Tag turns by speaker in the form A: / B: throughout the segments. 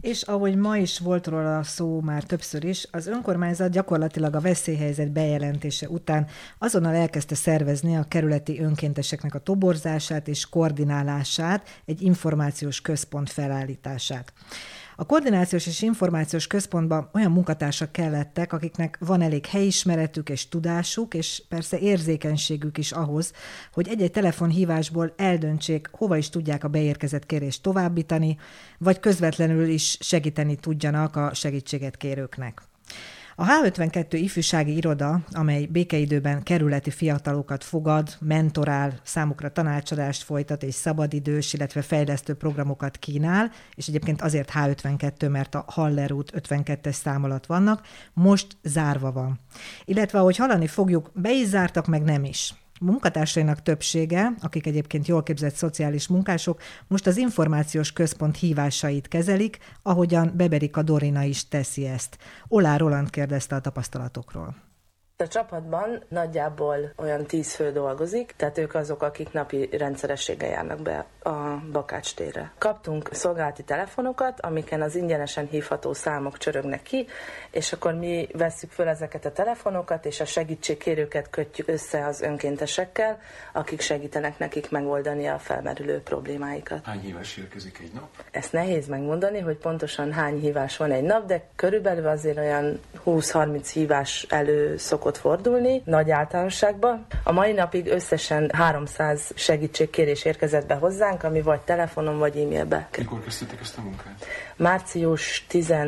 A: És ahogy ma is volt róla szó már többször is, az önkormányzat gyakorlatilag a veszélyhelyzet bejelentése után azonnal elkezdte szervezni a kerületi önkénteseknek a toborzását és koordinálását, egy információs központ felállítását. A koordinációs és információs központban olyan munkatársak kellettek, akiknek van elég helyismeretük és tudásuk, és persze érzékenységük is ahhoz, hogy egy-egy telefonhívásból eldöntsék, hova is tudják a beérkezett kérést továbbítani, vagy közvetlenül is segíteni tudjanak a segítséget kérőknek. A H52 ifjúsági iroda, amely békeidőben kerületi fiatalokat fogad, mentorál, számukra tanácsadást folytat és szabadidős, illetve fejlesztő programokat kínál, és egyébként azért H52, mert a Haller út 52-es szám alatt vannak, most zárva van. Illetve, ahogy hallani fogjuk, be is zártak, meg nem is. A munkatársainak többsége, akik egyébként jól képzett szociális munkások, most az információs központ hívásait kezelik, ahogyan Beberika Dorina is teszi ezt. Olá Roland kérdezte a tapasztalatokról.
B: A csapatban nagyjából olyan 10 fő dolgozik, tehát ők azok, akik napi rendszerességgel járnak be a Bakács térre. Kaptunk szolgálati telefonokat, amiken az ingyenesen hívható számok csörögnek ki, és akkor mi vesszük föl ezeket a telefonokat, és a segítségkérőket kötjük össze az önkéntesekkel, akik segítenek nekik megoldani a felmerülő problémáikat.
C: Hány hívás érkezik egy nap?
B: Ezt nehéz megmondani, hogy pontosan hány hívás van egy nap, de körülbelül azért olyan 20-30 hívás elő szokott fordulni, nagy általánosságban. A mai napig összesen 300 segítségkérés érkezett be hozzánk, ami vagy telefonon, vagy e-mailbe.
C: Mikor kezdtétek ezt a munkát?
B: Március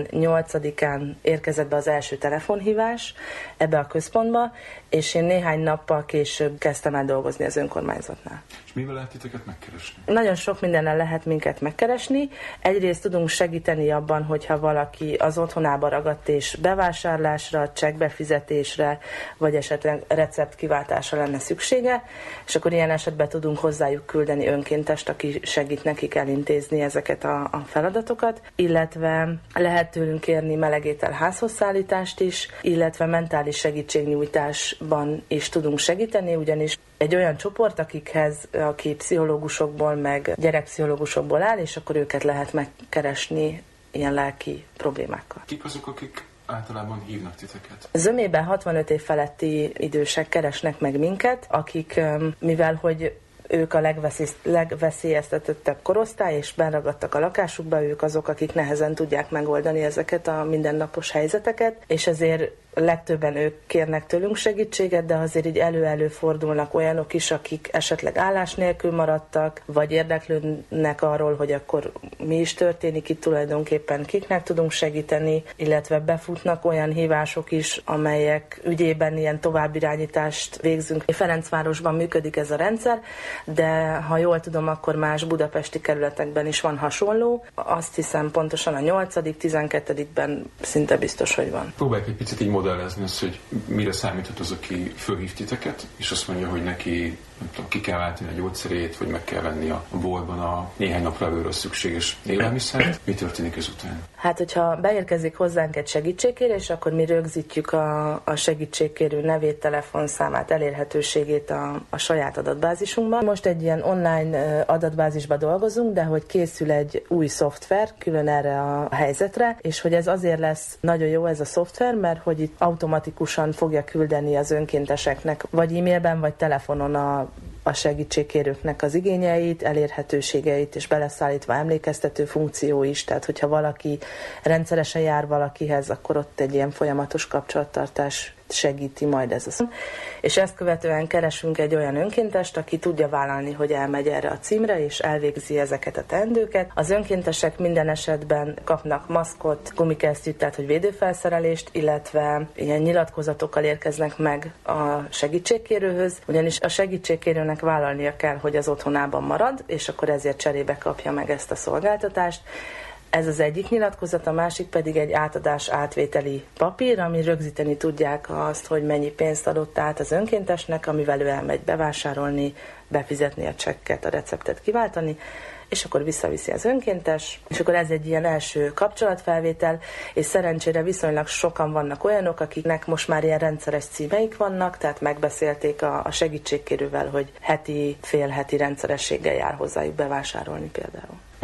B: 18-án érkezett be az első telefonhívás ebbe a központba, és én néhány nappal később kezdtem el dolgozni az önkormányzatnál.
C: És mivel lehet titeket megkeresni?
B: Nagyon sok mindennel lehet minket megkeresni. Egyrészt tudunk segíteni abban, hogyha valaki az otthonába ragadt és bevásárlásra, csekkbefizetésre, vagy esetleg receptkiváltásra lenne szüksége, és akkor ilyen esetben tudunk hozzájuk küldeni önkéntest, aki segít nekik elintézni ezeket a feladatokat, illetve lehet tőlünk kérni melegétel házhozszállítást is, illetve mentális segítségnyújtásban is tudunk segíteni, ugyanis egy olyan csoport, aki pszichológusokból, meg gyerekpszichológusokból áll, és akkor őket lehet megkeresni ilyen lelki problémákkal.
C: Kik azok, akik általában hívnak titeket?
B: Zömében 65 év feletti idősek keresnek meg minket, akik, mivel hogy ők a legveszélyeztetettebb korosztály, és benragadtak a lakásukba, ők azok, akik nehezen tudják megoldani ezeket a mindennapos helyzeteket, és ezért legtöbben ők kérnek tőlünk segítséget, de azért így elő-elő fordulnak olyanok is, akik esetleg állás nélkül maradtak, vagy érdeklődnek arról, hogy akkor mi is történik itt tulajdonképpen, kiknek tudunk segíteni, illetve befutnak olyan hívások is, amelyek ügyében ilyen továbbirányítást végzünk. Ferencvárosban működik ez a rendszer, de ha jól tudom, akkor más budapesti kerületekben is van hasonló. Azt hiszem pontosan a 8., 12-ben szinte biztos, hogy van.
C: Próbáljuk egy picit így modellezni azt, hogy mire számíthat az, aki fölhív titeket, és azt mondja, hogy neki nem tudom, ki kell váltani a gyógyszerét, vagy meg kell venni a boltban a néhány napra előre szükséges élelmiszert. Mi történik ezután?
B: Hát, hogyha beérkezik hozzánk egy segítségkérés, akkor mi rögzítjük a segítségkérő nevét, telefonszámát, elérhetőségét a saját adatbázisunkban. Most egy ilyen online adatbázisba dolgozunk, de hogy készül egy új szoftver külön erre a helyzetre, és hogy ez azért lesz nagyon jó ez a szoftver, mert hogy itt automatikusan fogja küldeni az önkénteseknek, vagy e-mailben, vagy telefonon a segítségkérőknek az igényeit, elérhetőségeit, és beleszállítva emlékeztető funkció is, tehát hogyha valaki rendszeresen jár valakihez, akkor ott egy ilyen folyamatos kapcsolattartás segíti majd ez a szó. És ezt követően keresünk egy olyan önkéntest, aki tudja vállalni, hogy elmegy erre a címre, és elvégzi ezeket a teendőket. Az önkéntesek minden esetben kapnak maszkot, gumikesztyűt, tehát hogy védőfelszerelést, illetve ilyen nyilatkozatokkal érkeznek meg a segítségkérőhöz, ugyanis a segítségkérőnek vállalnia kell, hogy az otthonában marad, és akkor ezért cserébe kapja meg ezt a szolgáltatást. Ez az egyik nyilatkozat, a másik pedig egy átadás-átvételi papír, ami rögzíteni tudják azt, hogy mennyi pénzt adott át az önkéntesnek, amivel ő elmegy bevásárolni, befizetni a csekket, a receptet kiváltani, és akkor visszaviszi az önkéntes, és akkor ez egy ilyen első kapcsolatfelvétel, és szerencsére viszonylag sokan vannak olyanok, akiknek most már ilyen rendszeres címeik vannak, tehát megbeszélték a segítségkérővel, hogy heti, félheti rendszerességgel jár hozzájuk bevásárolni például.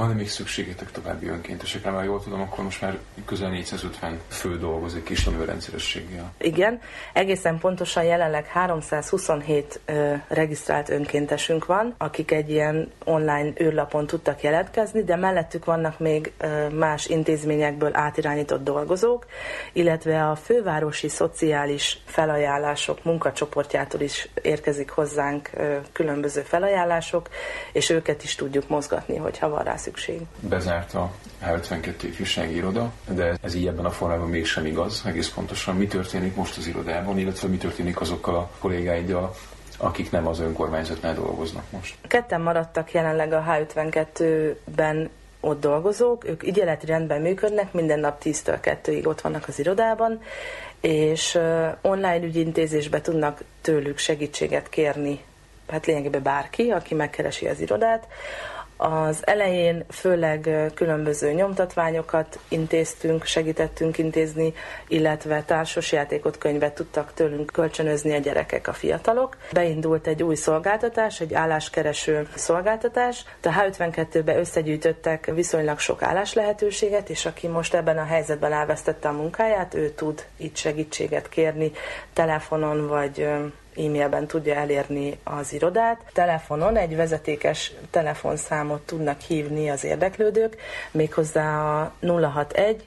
C: Van-e még szükségetek további önkéntesekre? Már jól tudom, akkor most már közel 450 fő dolgozik Kislemő rendszerességgel.
B: Igen, egészen pontosan jelenleg 327 regisztrált önkéntesünk van, akik egy ilyen online űrlapon tudtak jelentkezni, de mellettük vannak még más intézményekből átirányított dolgozók, illetve a fővárosi szociális felajánlások munkacsoportjától is érkezik hozzánk különböző felajánlások, és őket is tudjuk mozgatni, hogyha van rá szükség.
C: Bezárt a H52 ifjúsági iroda, de ez így ebben a formában mégsem igaz. Egész pontosan mi történik most az irodában, illetve mi történik azokkal a kollégáiddal, akik nem az önkormányzatnál dolgoznak most?
B: Ketten maradtak jelenleg a H52-ben ott dolgozók, ők ügyeleti rendben működnek, minden nap 10-től 2-ig ott vannak az irodában, és online ügyintézésbe tudnak tőlük segítséget kérni, hát lényegében bárki, aki megkeresi az irodát. Az elején főleg különböző nyomtatványokat intéztünk, segítettünk intézni, illetve társasjátékot, könyvet tudtak tőlünk kölcsönözni a gyerekek, a fiatalok. Beindult egy új szolgáltatás, egy álláskereső szolgáltatás. A H52-be összegyűjtöttek viszonylag sok álláslehetőséget, és aki most ebben a helyzetben elvesztette a munkáját, ő tud itt segítséget kérni telefonon vagy e-mailben tudja elérni az irodát. Telefonon egy vezetékes telefonszámot tudnak hívni az érdeklődők, méghozzá a 061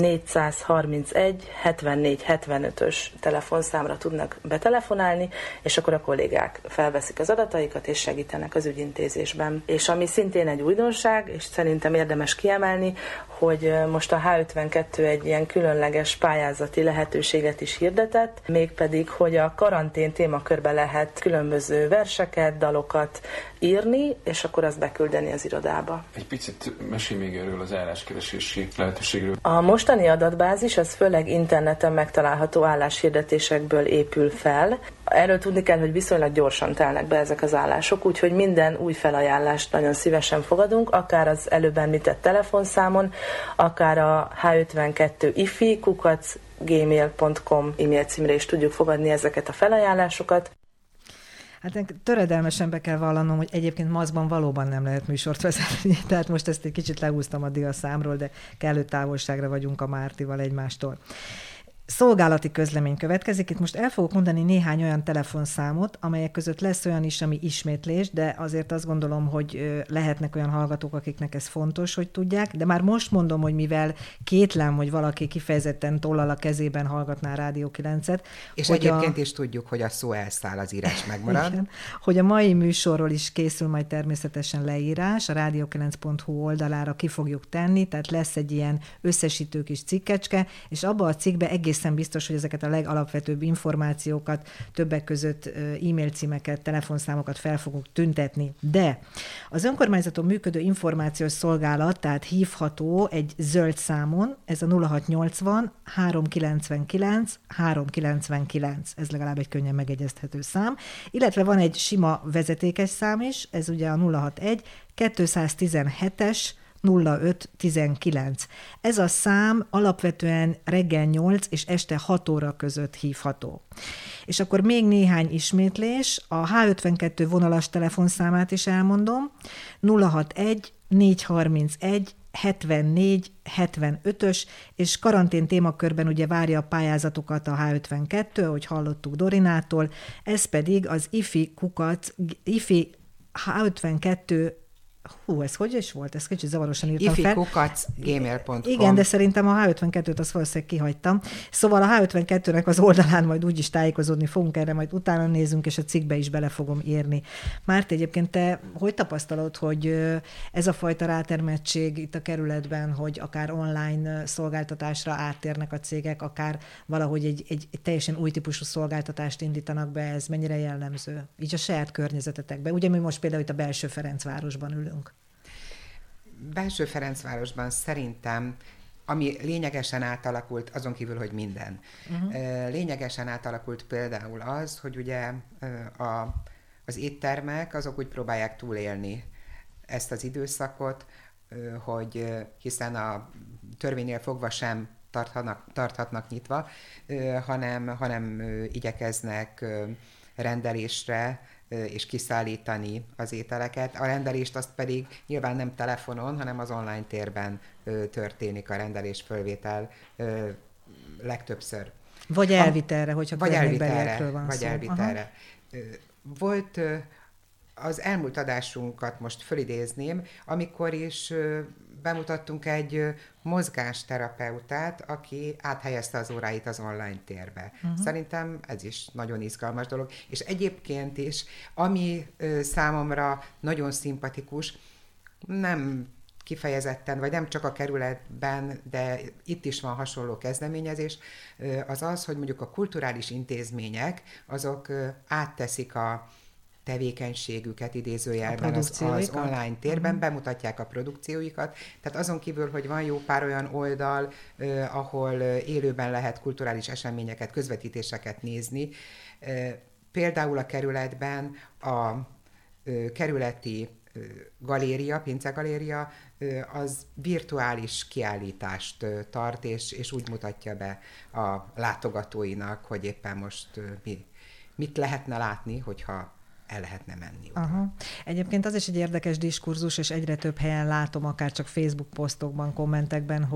B: 431 74 75-ös telefonszámra tudnak betelefonálni, és akkor a kollégák felveszik az adataikat és segítenek az ügyintézésben. És ami szintén egy újdonság, és szerintem érdemes kiemelni, hogy most a H52 egy ilyen különleges pályázati lehetőséget is hirdetett, mégpedig, hogy a karantén témakörbe lehet különböző verseket, dalokat írni, és akkor azt beküldeni az irodába.
C: Egy picit mesélj még erről az álláskeresési lehetőségről.
B: A mostani adatbázis az főleg interneten megtalálható álláshirdetésekből épül fel. Erről tudni kell, hogy viszonylag gyorsan telnek be ezek az állások, úgyhogy minden új felajánlást nagyon szívesen fogadunk, akár az előbb említett telefonszámon, akár a h52ifi@gmail.com e-mail címre is tudjuk fogadni ezeket a felajánlásokat.
A: Hát töredelmesen be kell vallanom, hogy egyébként maszkban valóban nem lehet műsort vezetni, tehát most ezt egy kicsit lehúztam a diaszámról, de kellő távolságra vagyunk a Mártival egymástól. Szolgálati közlemény következik. Itt most el fogok mondani néhány olyan telefonszámot, amelyek között lesz olyan is, ami ismétlés, de azért azt gondolom, hogy lehetnek olyan hallgatók, akiknek ez fontos, hogy tudják, de már most mondom, hogy mivel kétlem, hogy valaki kifejezetten tollal a kezében hallgatná a Rádió 9-et.
D: És egyébként is tudjuk, hogy a szó elszáll, az írás megmarad.
A: Igen, hogy a mai műsorról is készül majd természetesen leírás, a radio9.hu oldalára ki fogjuk tenni, tehát lesz egy ilyen összesítő kis cikkecske, és abba a cikkbe egészen biztos, hogy ezeket a legalapvetőbb információkat, többek között e-mail címeket, telefonszámokat fel fogunk tüntetni. De az önkormányzaton működő információs szolgálat, tehát hívható egy zöld számon, ez a 0680 399 399, ez legalább egy könnyen megegyezhető szám, illetve van egy sima vezetékes szám is, ez ugye a 061 217-es 0519. Ez a szám alapvetően reggel 8 és este 6 óra között hívható. És akkor még néhány ismétlés, a H52 vonalas telefonszámát is elmondom, 061 431 74 75-ös, és karantén témakörben ugye várja a pályázatokat a H52, ahogy hallottuk Dorinától, ez pedig az IFI H52. Ez hogy is volt? Ez kicsit zavarosan írtam fel.
D: ifi@gmail.com.
A: Igen, de szerintem a H52-t azt valószínűleg kihagytam. Szóval a H52-nek az oldalán majd úgyis tájékozódni fogunk, erre majd utána nézzünk, és a cikkbe is bele fogom írni. Márti, egyébként te hogy tapasztalod, hogy ez a fajta rátermettség itt a kerületben, hogy akár online szolgáltatásra áttérnek a cégek, akár valahogy egy teljesen új típusú szolgáltatást indítanak be, ez mennyire jellemző? Így a saját környezetetekben. Ugye mi most például itt a Belső Ferencvárosban ülünk.
D: Belső Ferencvárosban szerintem, ami lényegesen átalakult, azon kívül, hogy minden. Lényegesen átalakult például az, hogy ugye az éttermek azok úgy próbálják túlélni ezt az időszakot, hogy hiszen a törvénynél fogva sem tarthatnak nyitva, hanem igyekeznek rendelésre és kiszállítani az ételeket. A rendelést azt pedig nyilván nem telefonon, hanem az online térben történik a rendelés fölvétel legtöbbször.
A: Vagy elvitelre, hogyha környékbeliekről van
D: szó. Vagy elvitelre. Volt az elmúlt adásunkat most fölidézném, amikor is bemutattunk egy mozgásterapeutát, aki áthelyezte az óráit az online térbe. Szerintem ez is nagyon izgalmas dolog. És egyébként is, ami számomra nagyon szimpatikus, nem kifejezetten, vagy nem csak a kerületben, de itt is van hasonló kezdeményezés, az az, hogy mondjuk a kulturális intézmények, azok átteszik a tevékenységüket idézőjelben az online térben, bemutatják a produkcióikat. Tehát azon kívül, hogy van jó pár olyan oldal, ahol élőben lehet kulturális eseményeket, közvetítéseket nézni. Például a kerületben a kerületi galéria, pincegaléria, az virtuális kiállítást tart, és úgy mutatja be a látogatóinak, hogy éppen most mit lehetne látni, hogyha el lehetne menni.
A: Aha. Egyébként az is egy érdekes diskurzus, és egyre több helyen látom, akár csak Facebook posztokban, kommentekben,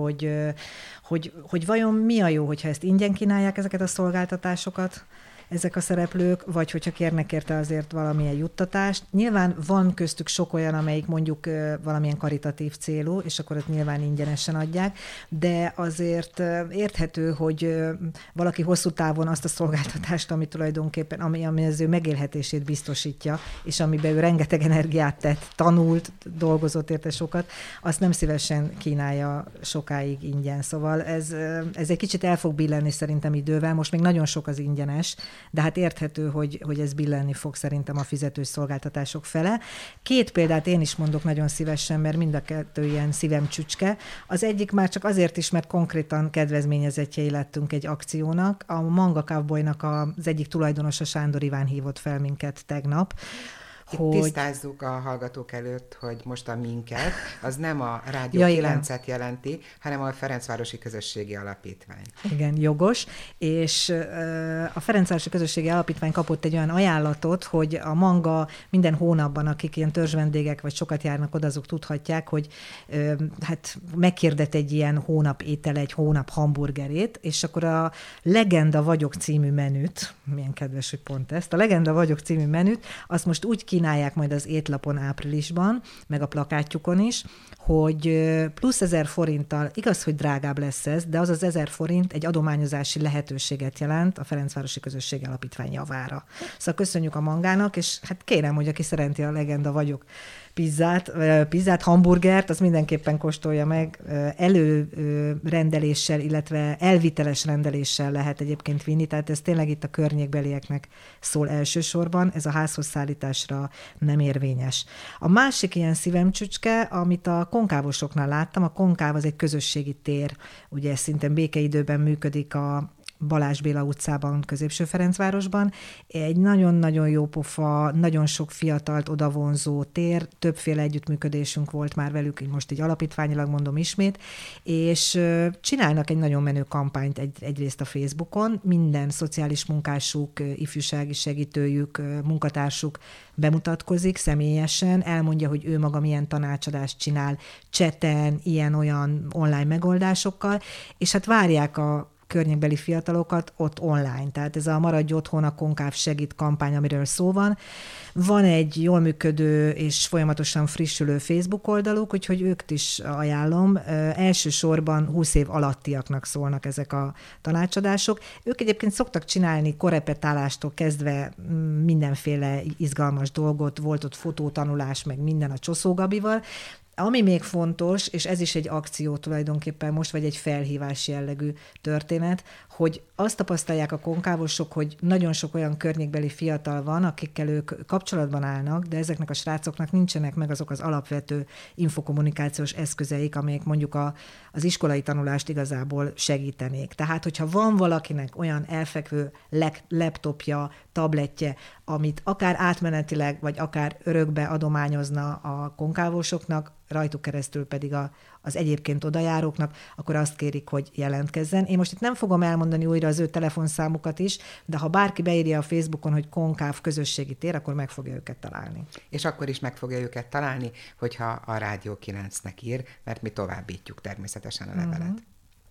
A: hogy vajon mi a jó, hogyha ezt ingyen kínálják ezeket a szolgáltatásokat, ezek a szereplők, vagy hogyha kérnek érte azért valamilyen juttatást. Nyilván van köztük sok olyan, amelyik mondjuk valamilyen karitatív célú, és akkor ott nyilván ingyenesen adják, de azért érthető, hogy valaki hosszú távon azt a szolgáltatást, ami tulajdonképpen, ami az ő megélhetését biztosítja, és amiben ő rengeteg energiát tett, tanult, dolgozott érte sokat, azt nem szívesen kínálja sokáig ingyen. Szóval ez egy kicsit el fog billenni szerintem idővel, most még nagyon sok az ingyenes, de hát érthető, hogy ez billenni fog szerintem a fizetős szolgáltatások fele. 2 példát én is mondok nagyon szívesen, mert mind a 2 ilyen szívem csücske. Az egyik már csak azért is, mert konkrétan kedvezményezettjei lettünk egy akciónak. A Manga Cowboynak az egyik tulajdonosa, Sándor Iván hívott fel minket tegnap,
D: hogy... Tisztázzuk a hallgatók előtt, hogy most a minket, az nem a Rádió 9-et jelenti, hanem a Ferencvárosi Közösségi Alapítvány.
A: Igen, jogos. És a Ferencvárosi Közösségi Alapítvány kapott egy olyan ajánlatot, hogy a Manga minden hónapban, akik ilyen törzsvendégek, vagy sokat járnak oda, azok tudhatják, hogy hát megkérdet egy ilyen hónap étele, egy hónap hamburgerét, és akkor a Legenda vagyok című menüt, milyen kedves, hogy pont ezt, a Legenda vagyok című menüt, azt most úgy kínálják majd az étlapon áprilisban, meg a plakátjukon is, hogy plusz 1000 forinttal, igaz, hogy drágább lesz ez, de az 1000 forint egy adományozási lehetőséget jelent a Ferencvárosi Közösségi Alapítvány javára. Szóval köszönjük a Mangának, és hát kérem, hogy aki szereti a Legenda vagyok pizzát, hamburgert, az mindenképpen kóstolja meg. Előrendeléssel, illetve elviteles rendeléssel lehet egyébként vinni, tehát ez tényleg itt a környékbelieknek szól elsősorban, ez a házhoz szállításra nem érvényes. A másik ilyen szívemcsücske, amit a konkávosoknál láttam, a konkáv az egy közösségi tér, ugye szintén békeidőben működik a Balázs Béla utcában, Középső Ferencvárosban. Egy nagyon-nagyon jó pofa, nagyon sok fiatalt odavonzó tér, többféle együttműködésünk volt már velük, most így alapítványilag mondom ismét, és csinálnak egy nagyon menő kampányt egyrészt a Facebookon, minden szociális munkásuk, ifjúsági segítőjük, munkatársuk bemutatkozik személyesen, elmondja, hogy ő maga milyen tanácsadást csinál, chaten, ilyen-olyan online megoldásokkal, és hát várják a környékbeli fiatalokat ott online. Tehát ez a Maradj Otthon, a Konkáv Segít kampány, amiről szó van. Van egy jól működő és folyamatosan frissülő Facebook oldaluk, úgyhogy őket is ajánlom. Elsősorban 20 év alattiaknak szólnak ezek a tanácsadások. Ők egyébként szoktak csinálni korepetálástól kezdve mindenféle izgalmas dolgot, volt ott fotótanulás, meg minden a Csoszó Gabival. Ami még fontos, és ez is egy akció tulajdonképpen most, vagy egy felhívás jellegű történet, hogy azt tapasztalják a konkávosok, hogy nagyon sok olyan környékbeli fiatal van, akikkel ők kapcsolatban állnak, de ezeknek a srácoknak nincsenek meg azok az alapvető infokommunikációs eszközeik, amelyek mondjuk az iskolai tanulást igazából segítenék. Tehát, hogyha van valakinek olyan elfekvő laptopja, tabletje, amit akár átmenetileg, vagy akár örökbe adományozna a konkávosoknak, rajtuk keresztül pedig az egyébként odajáróknak, akkor azt kérik, hogy jelentkezzen. Én most itt nem fogom elmondani újra az ő telefonszámukat is, de ha bárki beírja a Facebookon, hogy Konkáv közösségi tér, akkor meg fogja őket találni.
D: És akkor is meg fogja őket találni, hogyha a Rádió 9-nek ír, mert mi továbbítjuk természetesen a levelet.